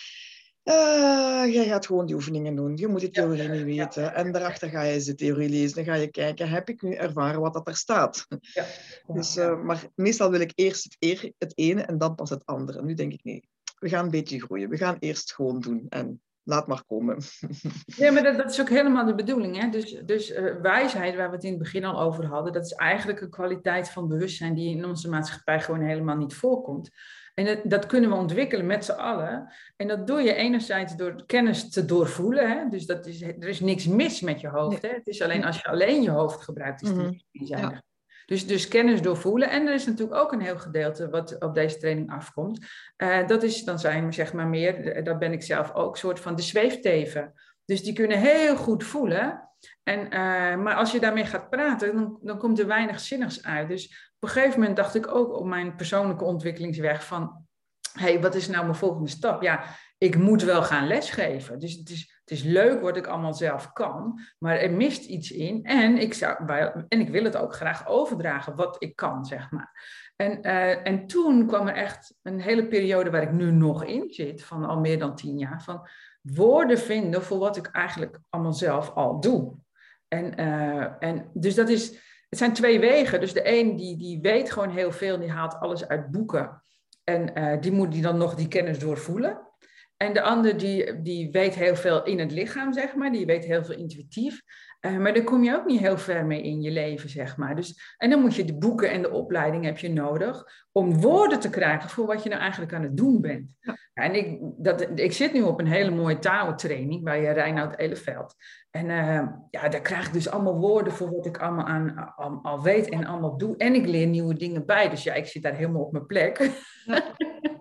uh, jij gaat gewoon die oefeningen doen, je moet die theorie niet weten. Ja. En daarachter ga je eens de theorie lezen, dan ga je kijken, heb ik nu ervaren wat dat er staat? Ja. Ja. Dus, uh, maar meestal wil ik eerst het, eer, het ene en dan pas het andere. En nu denk ik, nee, we gaan een beetje groeien, we gaan eerst gewoon doen en laat maar komen. Ja, maar dat, dat is ook helemaal de bedoeling. Hè? Dus, dus uh, wijsheid, waar we het in het begin al over hadden, dat is eigenlijk een kwaliteit van bewustzijn die in onze maatschappij gewoon helemaal niet voorkomt. En dat, dat kunnen we ontwikkelen met z'n allen. En dat doe je enerzijds door kennis te doorvoelen. Hè? Dus dat is, er is niks mis met je hoofd. Hè? Het is alleen als je alleen je hoofd gebruikt, is het mm-hmm. niet zijn. Ja. Dus, dus kennis doorvoelen. En er is natuurlijk ook een heel gedeelte wat op deze training afkomt. Uh, dat is, dan zijn we zeg maar meer, dat ben ik zelf ook, soort van de zweefteven. Dus die kunnen heel goed voelen. En, uh, maar als je daarmee gaat praten, dan, dan komt er weinig zinnigs uit. Dus op een gegeven moment dacht ik ook op mijn persoonlijke ontwikkelingsweg van, hé, hey, wat is nou mijn volgende stap? Ja, ik moet wel gaan lesgeven. Dus het is, het is leuk wat ik allemaal zelf kan, maar er mist iets in. En ik, zou, en ik wil het ook graag overdragen, wat ik kan, zeg maar. En, uh, en toen kwam er echt een hele periode waar ik nu nog in zit, van al meer dan tien jaar, van woorden vinden voor wat ik eigenlijk allemaal zelf al doe. En, uh, en dus dat is, het zijn twee wegen. Dus de een die, die weet gewoon heel veel, die haalt alles uit boeken. En uh, die moet die dan nog die kennis doorvoelen. En de ander die, die weet heel veel in het lichaam, zeg maar. Die weet heel veel intuïtief. Uh, maar daar kom je ook niet heel ver mee in je leven, zeg maar. Dus, en dan moet je de boeken en de opleiding heb je nodig om woorden te krijgen voor wat je nou eigenlijk aan het doen bent. Ja. En ik, dat, ik zit nu op een hele mooie talentraining bij Reinoud Eleveld. En uh, ja, daar krijg ik dus allemaal woorden voor wat ik allemaal aan, al, al weet en allemaal doe. En ik leer nieuwe dingen bij. Dus ja, ik zit daar helemaal op mijn plek. Ja.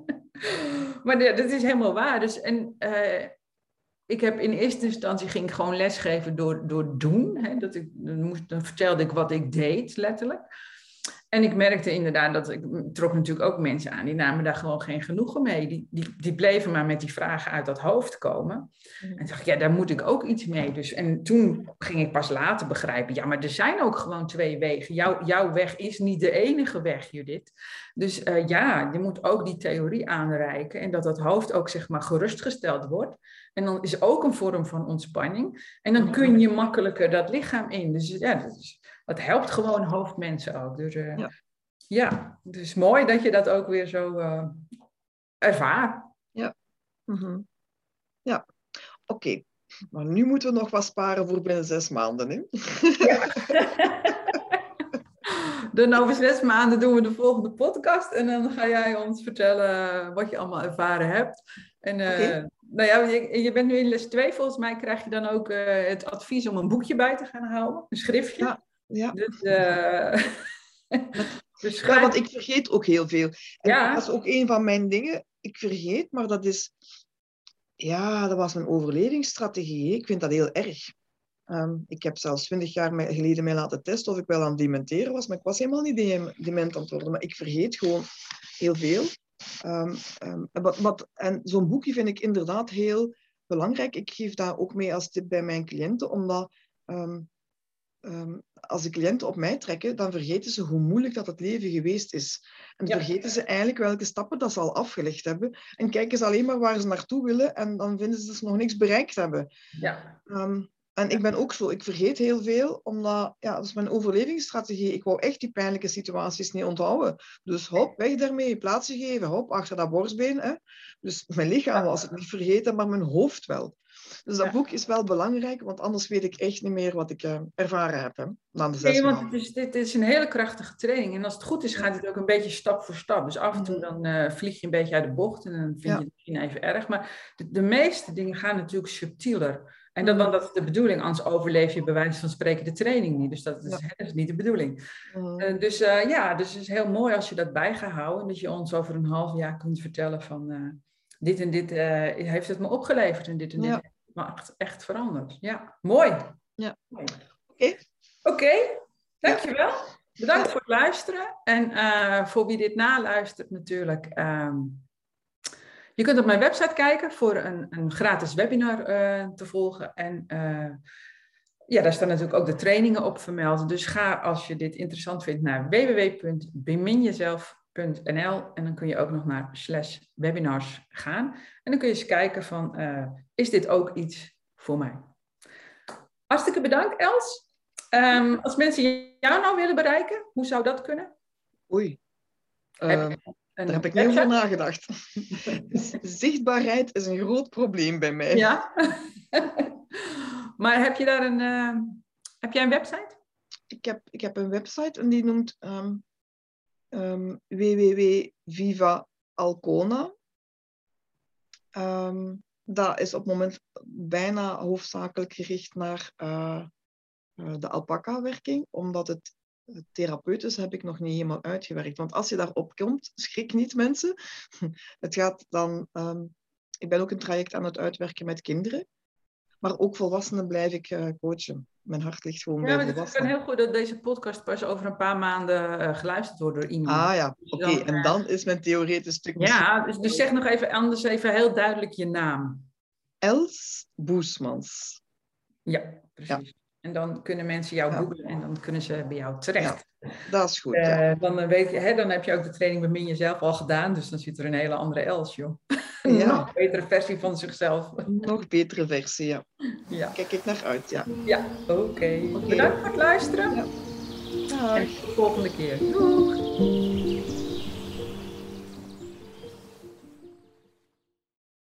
Maar de, dat is helemaal waar. Dus, en, uh, ik heb in eerste instantie ging ik gewoon lesgeven door, door doen. Hè, dat ik, dan, moest, dan vertelde ik wat ik deed, letterlijk. En ik merkte inderdaad dat ik trok natuurlijk ook mensen aan. Die namen daar gewoon geen genoegen mee. Die, die, die bleven maar met die vragen uit dat hoofd komen. Mm. En dacht ik, ja, daar moet ik ook iets mee. Dus, en toen ging ik pas later begrijpen. Ja, maar er zijn ook gewoon twee wegen. Jouw, jouw weg is niet de enige weg, Judith. Dus uh, ja, je moet ook die theorie aanreiken. En dat dat hoofd ook zeg maar gerustgesteld wordt. En dan is ook een vorm van ontspanning. En dan kun je makkelijker dat lichaam in. Dus ja, dat is... Dat helpt gewoon hoofdmensen ook. Dus, uh, ja. ja, dus mooi dat je dat ook weer zo uh, ervaart. Ja, mm-hmm. Ja. Oké. Okay. Maar nu moeten we nog wat sparen voor binnen zes maanden. Hè? Ja. Dan over zes maanden doen we de volgende podcast. En dan ga jij ons vertellen wat je allemaal ervaren hebt. En uh, okay. Nou ja, je, je bent nu in les twee. Volgens mij krijg je dan ook uh, het advies om een boekje bij te gaan houden. Een schriftje. Ja. Ja. Dus, uh... dus ja, want ik vergeet ook heel veel. En ja. Dat is ook een van mijn dingen. Ik vergeet, maar dat is... Ja, dat was mijn overlevingsstrategie. Ik vind dat heel erg. Um, ik heb zelfs twintig jaar geleden mij laten testen of ik wel aan het dementeren was. Maar ik was helemaal niet dement aan het worden. Maar ik vergeet gewoon heel veel. Um, um, wat, wat, en zo'n boekje vind ik inderdaad heel belangrijk. Ik geef dat ook mee als tip bij mijn cliënten. Omdat... Um, Um, als de cliënten op mij trekken, dan vergeten ze hoe moeilijk dat het leven geweest is. En ja. vergeten ze eigenlijk welke stappen dat ze al afgelegd hebben. En kijken ze alleen maar waar ze naartoe willen en dan vinden ze dat ze nog niks bereikt hebben. Ja. Um, En ik ben ook zo, ik vergeet heel veel, omdat, ja, dat is mijn overlevingsstrategie. Ik wou echt die pijnlijke situaties niet onthouden. Dus hop, weg daarmee, plaatsje geven, hop, achter dat borstbeen. Hè. Dus mijn lichaam was het niet vergeten, maar mijn hoofd wel. Dus dat Ja. boek is wel belangrijk, want anders weet ik echt niet meer wat ik uh, ervaren heb, hè, na de zes Nee, want maanden. het is, dit is een hele krachtige training. En als het goed is, gaat het ook een beetje stap voor stap. Dus af en toe dan uh, vlieg je een beetje uit de bocht en dan vind Ja. je het misschien even erg. Maar de, de meeste dingen gaan natuurlijk subtieler. En dat, want dat is de bedoeling, anders overleef je bij wijze van spreken de training niet. Dus dat is, Ja. dat is niet de bedoeling. Mm. Uh, dus uh, ja, dus het is heel mooi als je dat bij gaat houden. En dat je ons over een half jaar kunt vertellen van uh, dit en dit uh, heeft het me opgeleverd en dit en dit Ja. heeft me echt, echt veranderd. Ja, mooi. Ja. Oké. Okay. Oké, okay. Dankjewel. Ja. Bedankt ja. voor het luisteren. En uh, voor wie dit naluistert natuurlijk. Um, je kunt op mijn website kijken voor een, een gratis webinar uh, te volgen. En uh, ja, daar staan natuurlijk ook de trainingen op vermeld. Dus ga als je dit interessant vindt naar w w w punt bemin jezelf punt n l en dan kun je ook nog naar slash webinars gaan. En dan kun je eens kijken van, uh, is dit ook iets voor mij? Hartstikke bedankt, Els. Um, als mensen jou nou willen bereiken, hoe zou dat kunnen? Oei, uh, heb daar heb ik niet over nagedacht. Zichtbaarheid is een groot probleem bij mij. Ja? Maar heb je daar een, uh, heb jij een website? Ik heb, ik heb een website en die noemt um, um, w w w punt viva alcona. Um, dat is op het moment bijna hoofdzakelijk gericht naar uh, uh, de alpaca-werking, omdat het therapeutisch heb ik nog niet helemaal uitgewerkt. Want als je daarop komt, schrik niet mensen. Het gaat dan... Um, ik ben ook een traject aan het uitwerken met kinderen. Maar ook volwassenen blijf ik uh, coachen. Mijn hart ligt gewoon ja, bij volwassenen. Het is heel goed dat deze podcast pas over een paar maanden uh, geluisterd wordt door iemand. Ah ja, oké. Okay. En dan is mijn theoretisch stuk... Ja, dus, dus zeg nog even anders even heel duidelijk je naam. Els Boesmans. Ja, precies. Ja. En dan kunnen mensen jou ja. googlen en dan kunnen ze bij jou terecht. Ja, dat is goed, uh, ja. dan, weet je, hè, dan heb je ook de training Bemin Jezelf al gedaan, dus dan zit er een hele andere Els, joh. Een Ja. nog betere versie van zichzelf. Nog betere versie, ja. ja. Kijk ik naar uit, ja. Ja, oké. Okay. Okay. Bedankt voor het luisteren. Ja. En tot de volgende keer. Doeg!